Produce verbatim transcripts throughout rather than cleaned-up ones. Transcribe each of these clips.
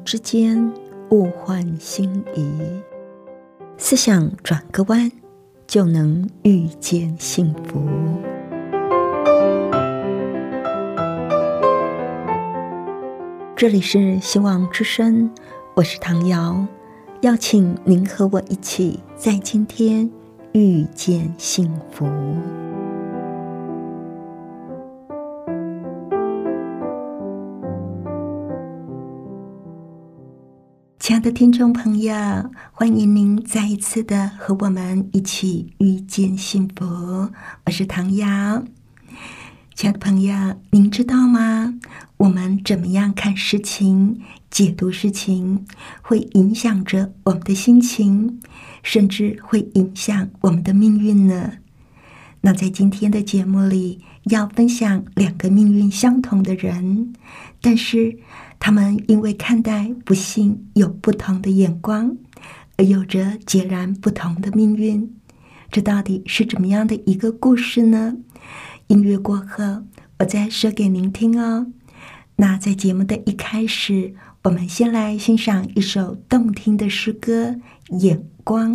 之间，物换星移，思想转个弯，就能遇见幸福。这里是希望之声，我是唐瑶，邀请您和我一起在今天遇见幸福。亲爱的听众朋友，欢迎您再一次的和我们一起遇见幸福，我是唐瑶。亲爱的朋友，您知道吗？我们怎么样看事情、解读事情，会影响着我们的心情，甚至会影响我们的命运呢？那在今天的节目里，要分享两个命运相同的人，但是他们因为看待不幸有不同的眼光，而有着截然不同的命运。这到底是怎么样的一个故事呢？音乐过后，我再说给您听哦。那在节目的一开始，我们先来欣赏一首动听的诗歌《眼光》。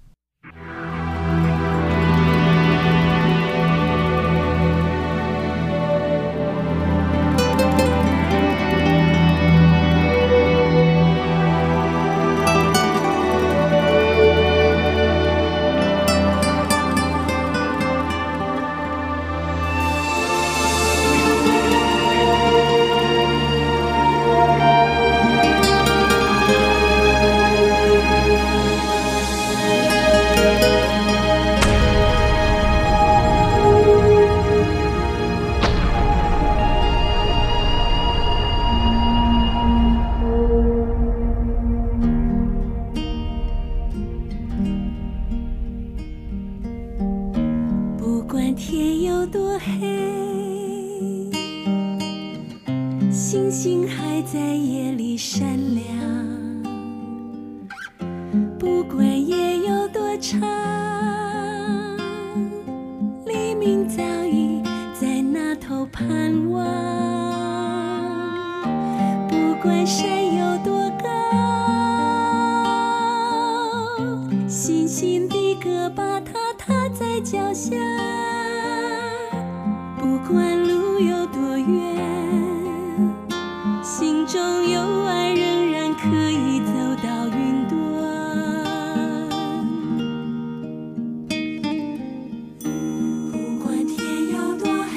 星星还在夜里闪亮，不管夜有多长，黎明早已在那头盼望。不管山有多高，星星的歌把它踏在脚下。不管路有多远，心中有爱，仍然可以走到云端。不管天有多黑，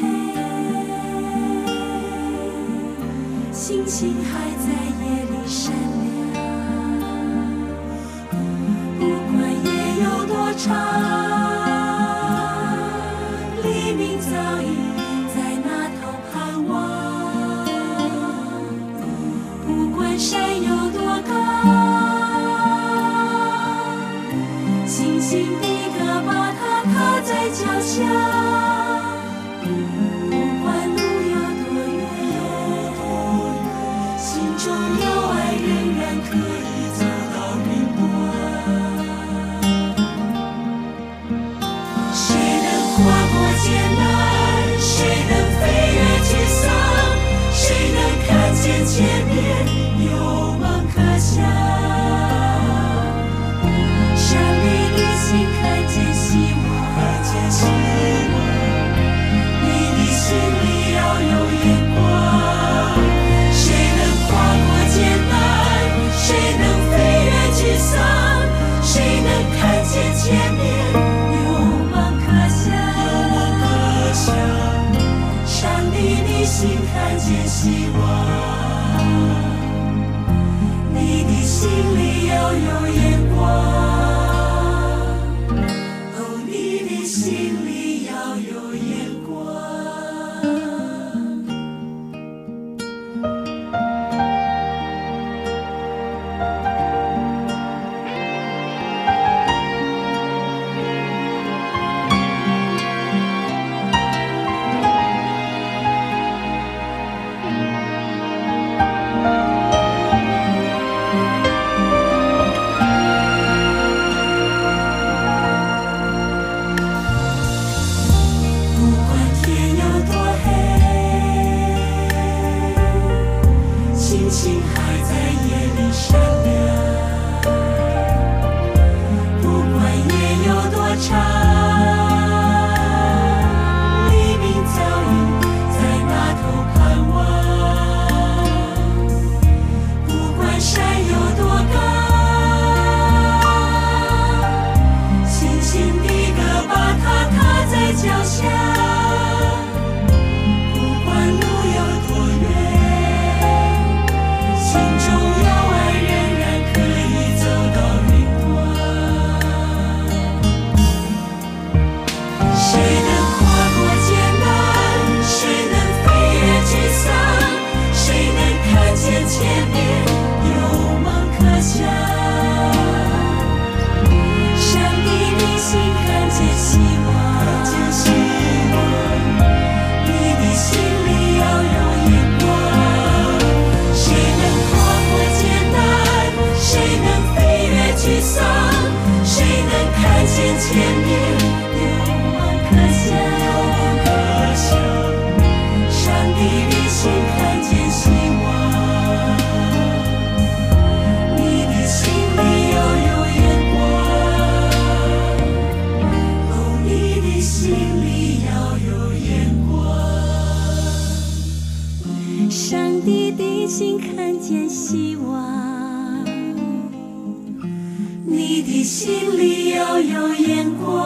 星星还在夜里闪亮。不管夜有多长，黎明早已在那头盼望。山有多高，星星的歌把它踏在脚下。不管路有多远，心中有爱，仍然可以走到云端。谁能跨过艰难？谁能飞越沮丧？谁能看见前面有梦可想？山里的心看见希望，看见希望。你的心里要有眼光。谁能跨过艰难？谁能飞越沮丧？谁能看见前面有梦可想？有梦可想。山里的心看见希望。你的心里要有眼光，哦，你的心里要有眼光。 弟的心看见希望，你的心里要有眼光，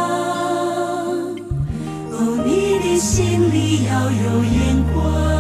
哦，你的心里要有眼光。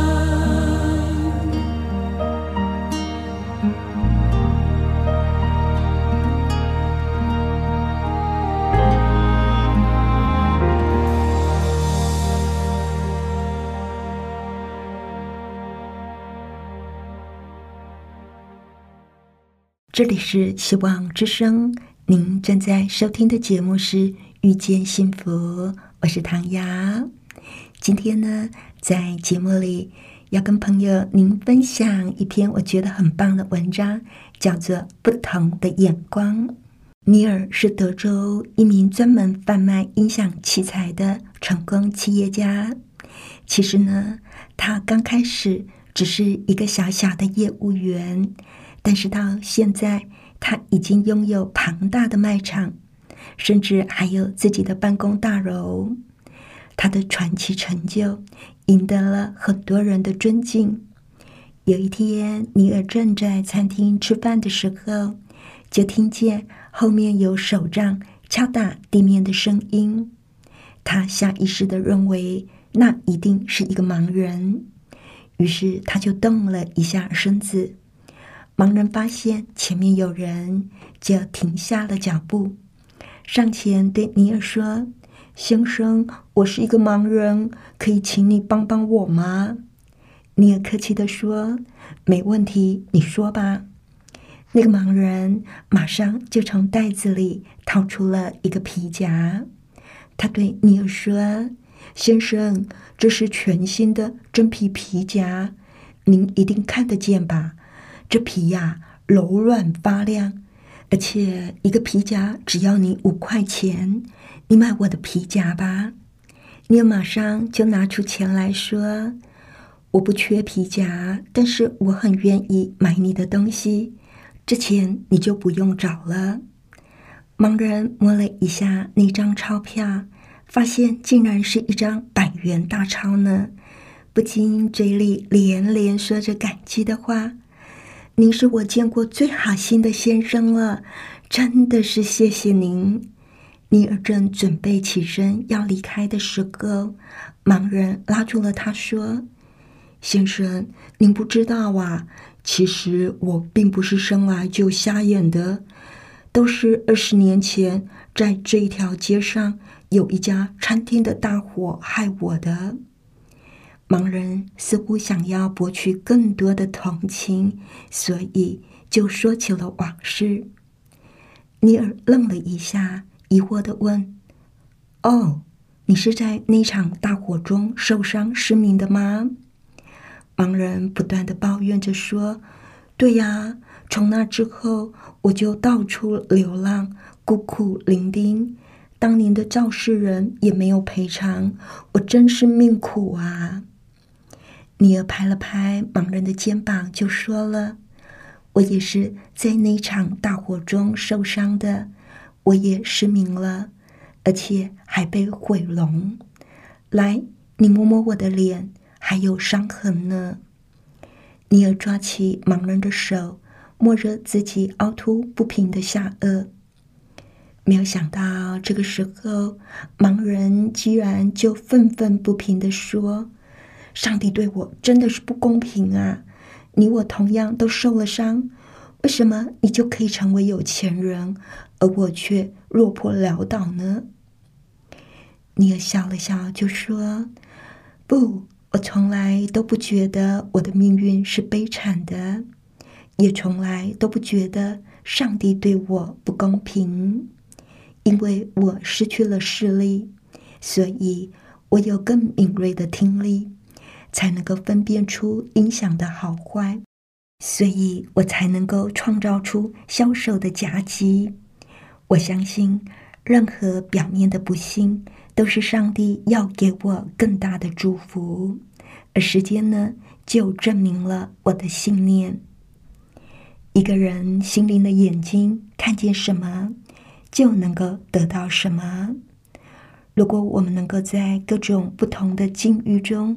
这里是希望之声，您正在收听的节目是遇见幸福，我是唐瑶。今天呢，在节目里要跟朋友您分享一篇我觉得很棒的文章，叫做《不同的眼光》。尼尔是德州一名专门贩卖音响器材的成功企业家。其实呢，他刚开始只是一个小小的业务员，但是到现在他已经拥有庞大的卖场，甚至还有自己的办公大楼。他的传奇成就赢得了很多人的尊敬。有一天，尼尔正在餐厅吃饭的时候，就听见后面有手杖敲打地面的声音。他下意识地认为那一定是一个盲人，于是他就动了一下身子。盲人发现前面有人，就停下了脚步，上前对尼尔说：“先生，我是一个盲人，可以请你帮帮我吗？”尼尔客气地说：“没问题，你说吧。”那个盲人马上就从袋子里掏出了一个皮夹，他对尼尔说：“先生，这是全新的真皮皮夹，您一定看得见吧？这皮呀、啊，柔软发亮，而且一个皮夹只要你五块钱，你买我的皮夹吧。”尼尔马上就拿出钱来说：“我不缺皮夹，但是我很愿意买你的东西，这钱你就不用找了。”盲人摸了一下那张钞票，发现竟然是一张百元大钞呢，不禁嘴里连连说着感激的话：“您是我见过最好心的先生了，真的是谢谢您。”尼尔正准备起身要离开的时候，盲人拉住了他说：“先生，您不知道啊，其实我并不是生来就瞎眼的，都是二十年前在这一条街上有一家餐厅的大火害我的。”盲人似乎想要博取更多的同情，所以就说起了往事。尼尔愣了一下，疑惑地问：“哦，你是在那场大火中受伤失明的吗？”盲人不断地抱怨着说：“对呀，从那之后我就到处流浪，孤苦伶仃，当年的肇事人也没有赔偿，我真是命苦啊。”尼尔拍了拍盲人的肩膀，就说了：“我也是在那场大火中受伤的，我也失明了，而且还被毁容。来，你摸摸我的脸，还有伤痕呢。”尼尔抓起盲人的手，摸着自己凹凸不平的下颚。没有想到这个时候，盲人居然就愤愤不平地说：“上帝对我真的是不公平啊！你我同样都受了伤，为什么你就可以成为有钱人，而我却落魄潦倒呢？”尼尔笑了笑，就说：“不，我从来都不觉得我的命运是悲惨的，也从来都不觉得上帝对我不公平，因为我失去了视力，所以我有更敏锐的听力，才能够分辨出音响的好坏，所以我才能够创造出销售的佳绩。我相信任何表面的不幸都是上帝要给我更大的祝福，而时间呢，就证明了我的信念。一个人心灵的眼睛看见什么，就能够得到什么。如果我们能够在各种不同的境遇中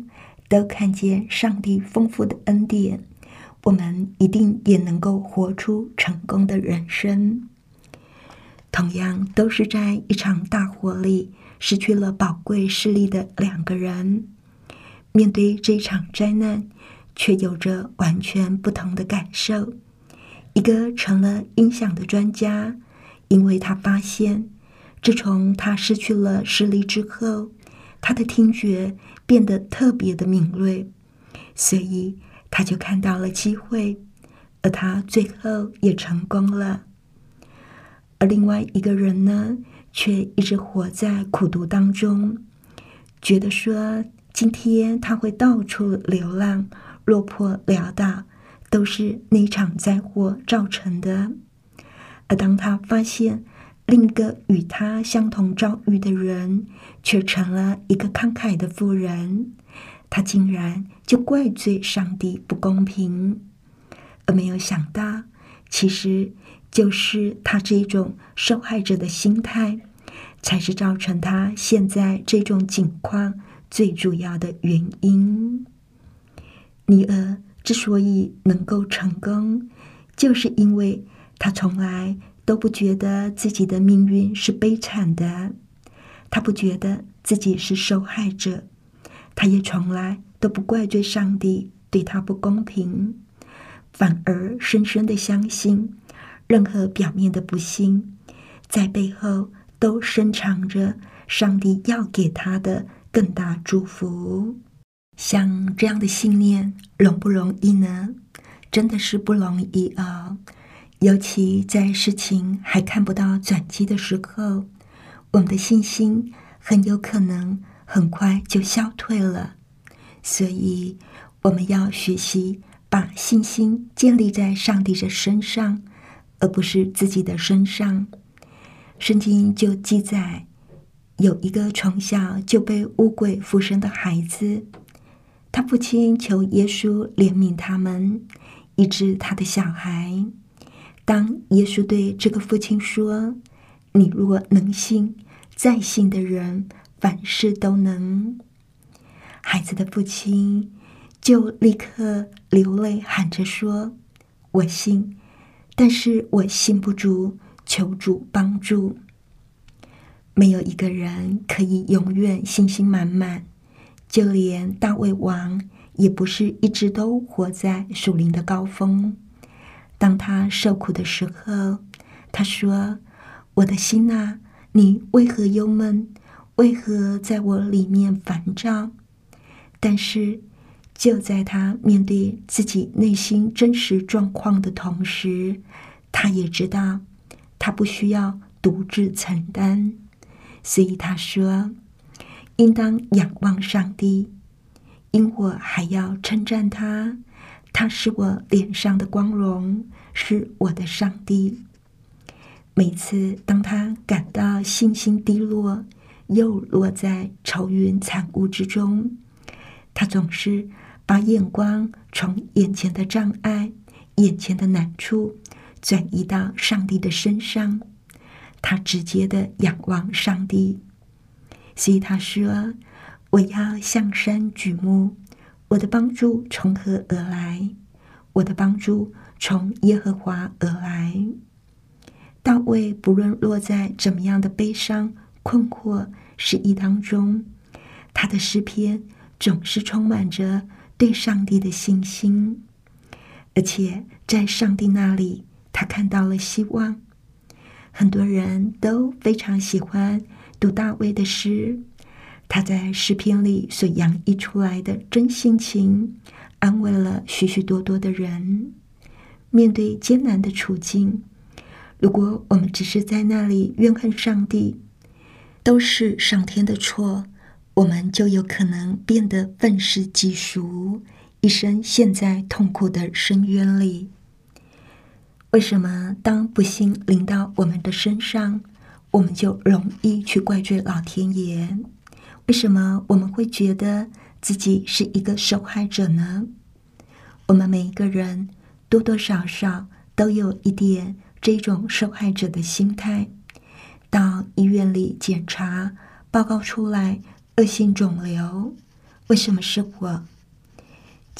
都看见上帝丰富的恩典，我们一定也能够活出成功的人生。同样都是在一场大火里失去了宝贵视力的两个人，面对这场灾难却有着完全不同的感受。一个成了音响的专家，因为他发现自从他失去了视力之后，他的听觉变得特别的敏锐，所以他就看到了机会，而他最后也成功了。而另外一个人呢，却一直活在苦读当中，觉得说今天他会到处流浪，落魄潦倒，都是那场灾祸造成的。而当他发现另一个与他相同遭遇的人却成了一个慷慨的富人，他竟然就怪罪上帝不公平，而没有想到其实就是他这种受害者的心态才是造成他现在这种境况最主要的原因。尼尔之所以能够成功，就是因为他从来都不觉得自己的命运是悲惨的，他不觉得自己是受害者，他也从来都不怪罪上帝对他不公平，反而深深的相信任何表面的不幸在背后都深藏着上帝要给他的更大祝福。像这样的信念容不容易呢？真的是不容易啊！尤其在事情还看不到转机的时候，我们的信心很有可能很快就消退了。所以我们要学习把信心建立在上帝的身上，而不是自己的身上。圣经就记载，有一个从小就被污鬼附身的孩子，他父亲求耶稣怜悯他们，医治他的小孩。当耶稣对这个父亲说，你若能信，再信的人凡事都能，孩子的父亲就立刻流泪喊着说，我信，但是我信不足，求主帮助。没有一个人可以永远信心满满，就连大卫王也不是一直都活在属灵的高峰。当他受苦的时候，他说，我的心啊，你为何忧闷？为何在我里面烦躁？但是就在他面对自己内心真实状况的同时，他也知道他不需要独自承担，所以他说，应当仰望上帝，因我还要称赞他，他是我脸上的光荣，是我的上帝。每次当他感到信心低落，又落在愁云惨雾之中，他总是把眼光从眼前的障碍、眼前的难处转移到上帝的身上，他直接的仰望上帝。所以他说，我要向山举目，我的帮助从何而来？我的帮助从耶和华而来。大卫不论落在怎么样的悲伤、困惑、失意当中，他的诗篇总是充满着对上帝的信心，而且在上帝那里，他看到了希望。很多人都非常喜欢读大卫的诗，他在诗篇里所洋溢出来的真性情，安慰了许许多多的人。面对艰难的处境，如果我们只是在那里怨恨上帝，都是上天的错，我们就有可能变得愤世嫉俗，一生陷在痛苦的深渊里。为什么当不幸临到我们的身上，我们就容易去怪罪老天爷？为什么我们会觉得自己是一个受害者呢？我们每一个人多多少少都有一点这种受害者的心态。到医院里检查，报告出来恶性肿瘤，为什么是我？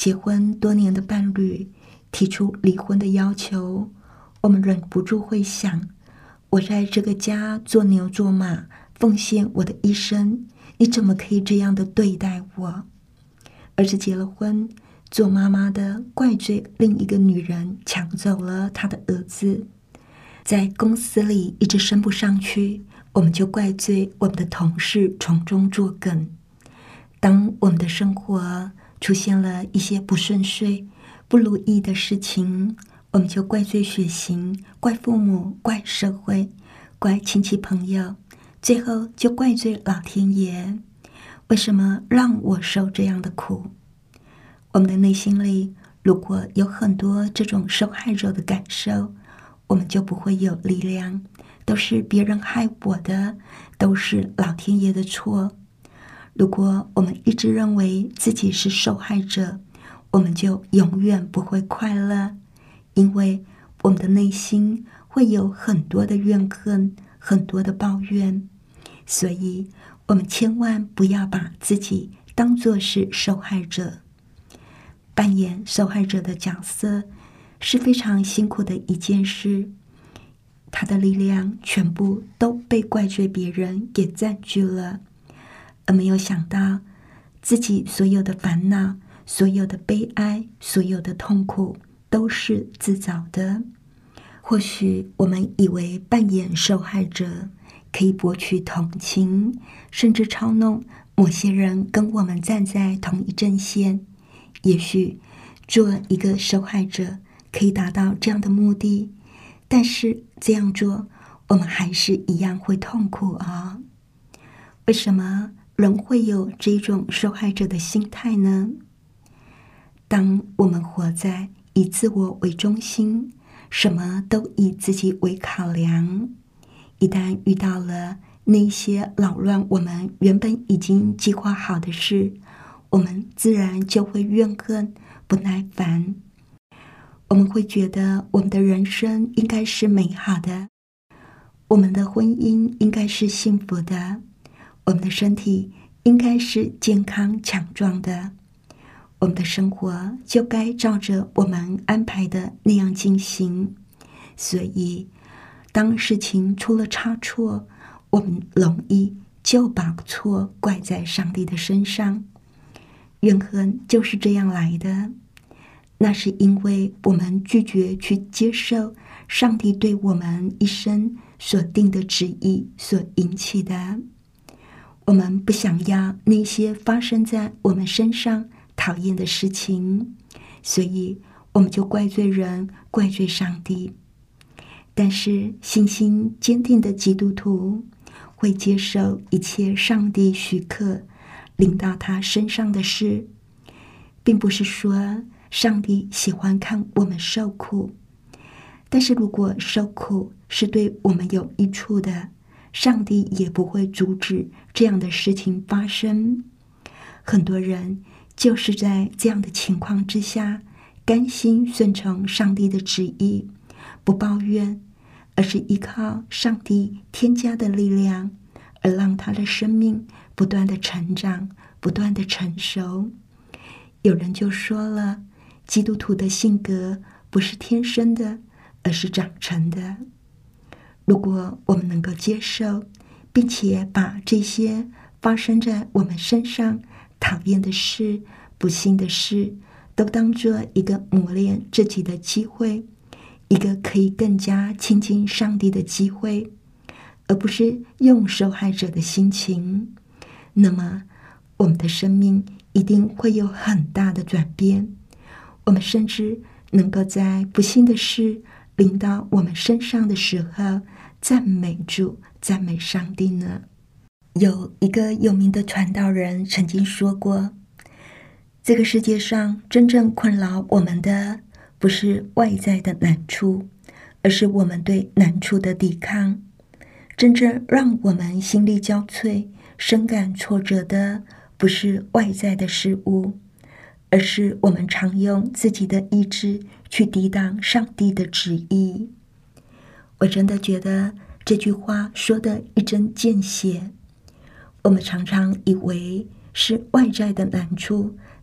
结婚多年的伴侣提出离婚的要求，我们忍不住会想，我在这个家做牛做马，奉献我的一生，你怎么可以这样的对待我？儿子结了婚，做妈妈的怪罪另一个女人抢走了他的儿子。在公司里一直升不上去，我们就怪罪我们的同事从中作梗。当我们的生活出现了一些不顺遂、不如意的事情，我们就怪罪血型，怪父母，怪社会，怪亲戚朋友，最后就怪罪老天爷。为什么让我受这样的苦？我们的内心里如果有很多这种受害者的感受，我们就不会有力量，都是别人害我的，都是老天爷的错。如果我们一直认为自己是受害者，我们就永远不会快乐，因为我们的内心会有很多的怨恨，很多的抱怨。所以我们千万不要把自己当作是受害者。扮演受害者的角色是非常辛苦的一件事，他的力量全部都被怪罪别人给占据了，而没有想到自己所有的烦恼、所有的悲哀、所有的痛苦都是自找的。或许我们以为扮演受害者可以博取同情，甚至操弄某些人跟我们站在同一阵线。也许做一个受害者可以达到这样的目的，但是这样做我们还是一样会痛苦啊、哦！为什么人会有这种受害者的心态呢？当我们活在以自我为中心，什么都以自己为考量，一旦遇到了那些扰乱我们原本已经计划好的事，我们自然就会怨恨、不耐烦。我们会觉得我们的人生应该是美好的，我们的婚姻应该是幸福的，我们的身体应该是健康强壮的，我们的生活就该照着我们安排的那样进行。所以当事情出了差错，我们容易就把错怪在上帝的身上。怨恨就是这样来的，那是因为我们拒绝去接受上帝对我们一生所定的旨意所引起的。我们不想要那些发生在我们身上讨厌的事情，所以我们就怪罪人，怪罪上帝。但是信心坚定的基督徒会接受一切上帝许可临到他身上的事，并不是说上帝喜欢看我们受苦，但是如果受苦是对我们有益处的，上帝也不会阻止这样的事情发生。很多人就是在这样的情况之下，甘心顺从上帝的旨意，不抱怨，而是依靠上帝添加的力量，而让他的生命不断的成长，不断的成熟。有人就说了，基督徒的性格不是天生的，而是长成的。如果我们能够接受，并且把这些发生在我们身上讨厌的事、不幸的事，都当作一个磨练自己的机会，一个可以更加亲近上帝的机会，而不是用受害者的心情，那么我们的生命一定会有很大的转变。我们甚至能够在不幸的事临到我们身上的时候，赞美主，赞美上帝呢。有一个有名的传道人曾经说过，这个世界上真正困扰我们的不是外在的难处，而是我们对难处的抵抗。真正让我们心力交瘁、深感挫折的不是外在的事物，而是我们常用自己的意志去抵挡上帝的旨意。我真的觉得这句话说得一针见血。我们常常以为是外在的难处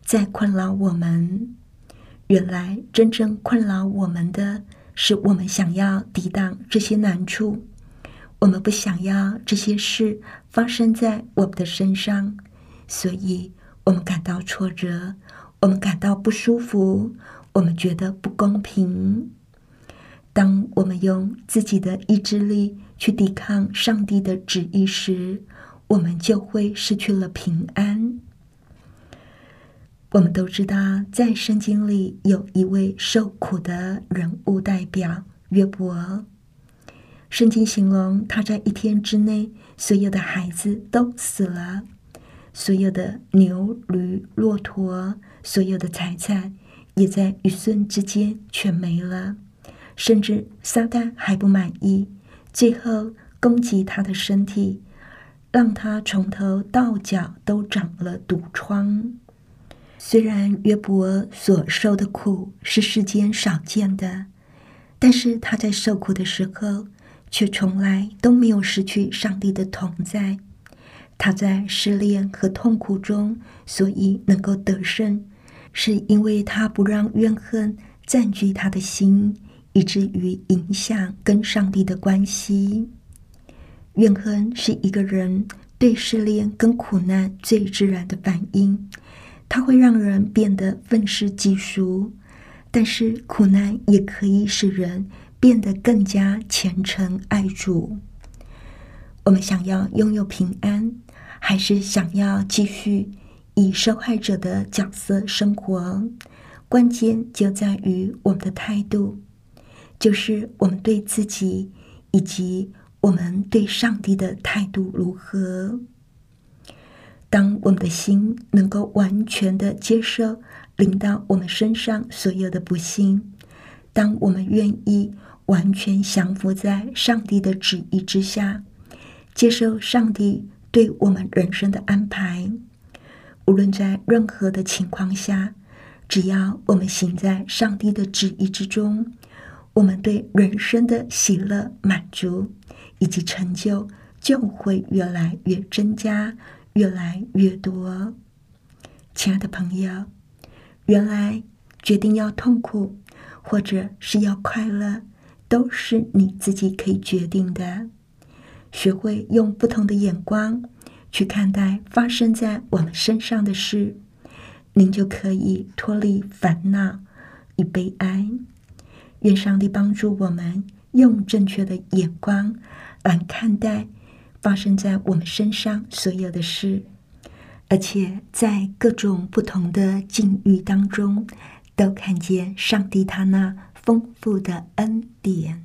在困扰我们。原来真正困扰我们的是我们想要抵挡这些难处，我们不想要这些事发生在我们的身上，所以我们感到挫折，我们感到不舒服，我们觉得不公平。当我们用自己的意志力去抵抗上帝的旨意时，我们就会失去了平安。我们都知道，在圣经里有一位受苦的人物代表约伯。圣经形容他在一天之内，所有的孩子都死了，所有的牛驴骆驼，所有的财产也在一瞬之间全没了。甚至撒旦还不满意，最后攻击他的身体，让他从头到脚都长了毒疮。虽然约伯所受的苦是世间少见的，但是他在受苦的时候却从来都没有失去上帝的同在。他在试炼和痛苦中所以能够得胜，是因为他不让怨恨占据他的心，以至于影响跟上帝的关系。怨恨是一个人对试炼跟苦难最自然的反应，它会让人变得愤世嫉俗，但是苦难也可以使人变得更加虔诚爱主。我们想要拥有平安，还是想要继续以受害者的角色生活？关键就在于我们的态度，就是我们对自己以及我们对上帝的态度如何。当我们的心能够完全的接受临到我们身上所有的不幸，当我们愿意完全降服在上帝的旨意之下，接受上帝对我们人生的安排，无论在任何的情况下，只要我们行在上帝的旨意之中，我们对人生的喜乐、满足以及成就就会越来越增加，越来越多。亲爱的朋友，原来决定要痛苦或者是要快乐，都是你自己可以决定的。学会用不同的眼光去看待发生在我们身上的事，您就可以脱离烦恼与悲哀。愿上帝帮助我们用正确的眼光来看待发生在我们身上所有的事，而且在各种不同的境遇当中，都看见上帝他那丰富的恩典。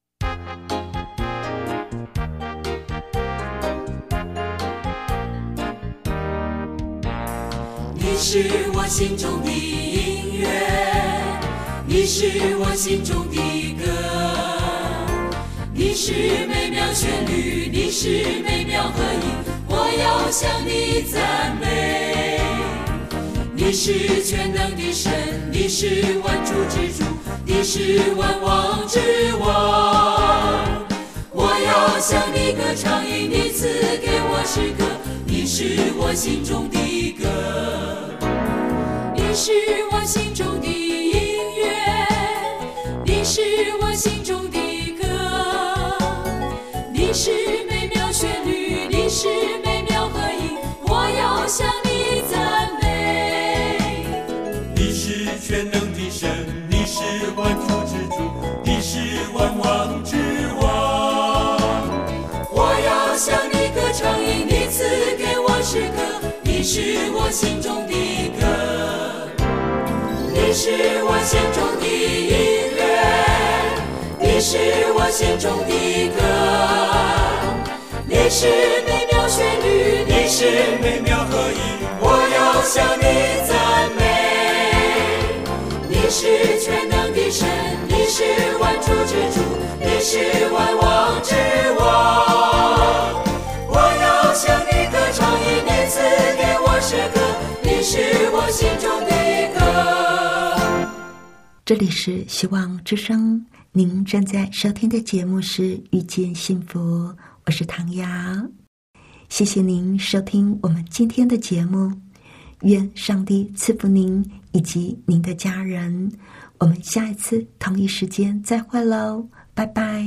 你是我心中的音乐，你是我心中的歌，你是美妙旋律，你是美妙和音，我要向你赞美。你是全能的神，你是万主之主，你是万王之王，我要向你歌唱，因你赐给我诗歌，你是我心中的歌，你是我心中的音乐，你是我心中的歌，你是美妙旋律，你是美妙和音，我要向你赞美。 你是全能的神，你是万主之主，你是万王之王， 我要向你歌唱，因你赐给我诗歌，你是我心中的歌，你是我心中的音乐，你是我心中的歌，你是美妙旋律，你是美妙合一， 我要向你赞美。你是全能的神，你是万主之主，你是万王之王，我要向你歌唱，因你赐给我诗歌，你是我心中的歌。 这里是希望之声，您正在收听的节目是遇见幸福，我是唐瑶。谢谢您收听我们今天的节目。 愿上帝赐福您以及您的家人。我们下一次同一时间再会喽，拜拜。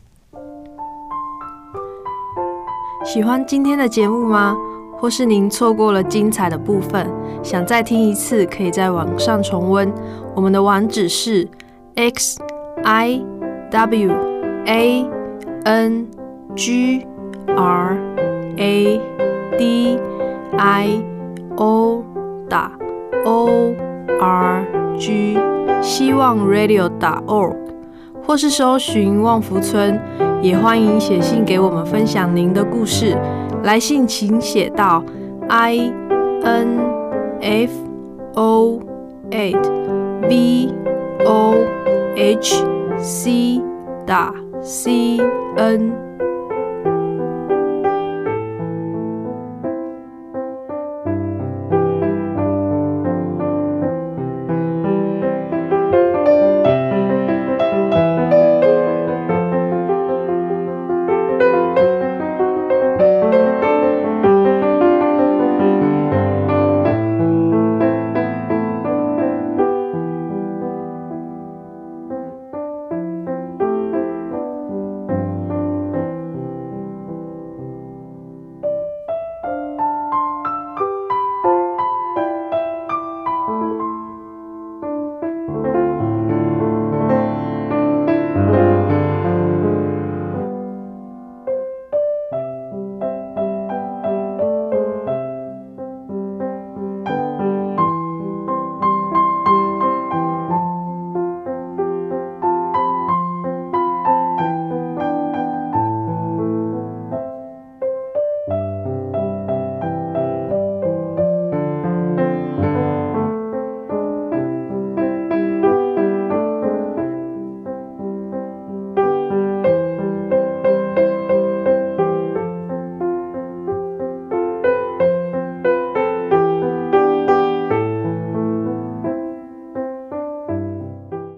喜欢今天的节目吗？或是您错过了精彩的部分，想再听一次，可以在网上重温。我们的网址是 x i w a n g r a d i o 打 o r g 希望 radio 打 org， 或是搜寻旺福村，也欢迎写信给我们分享您的故事。来信请写到 i n f o at v o h c 打 c n。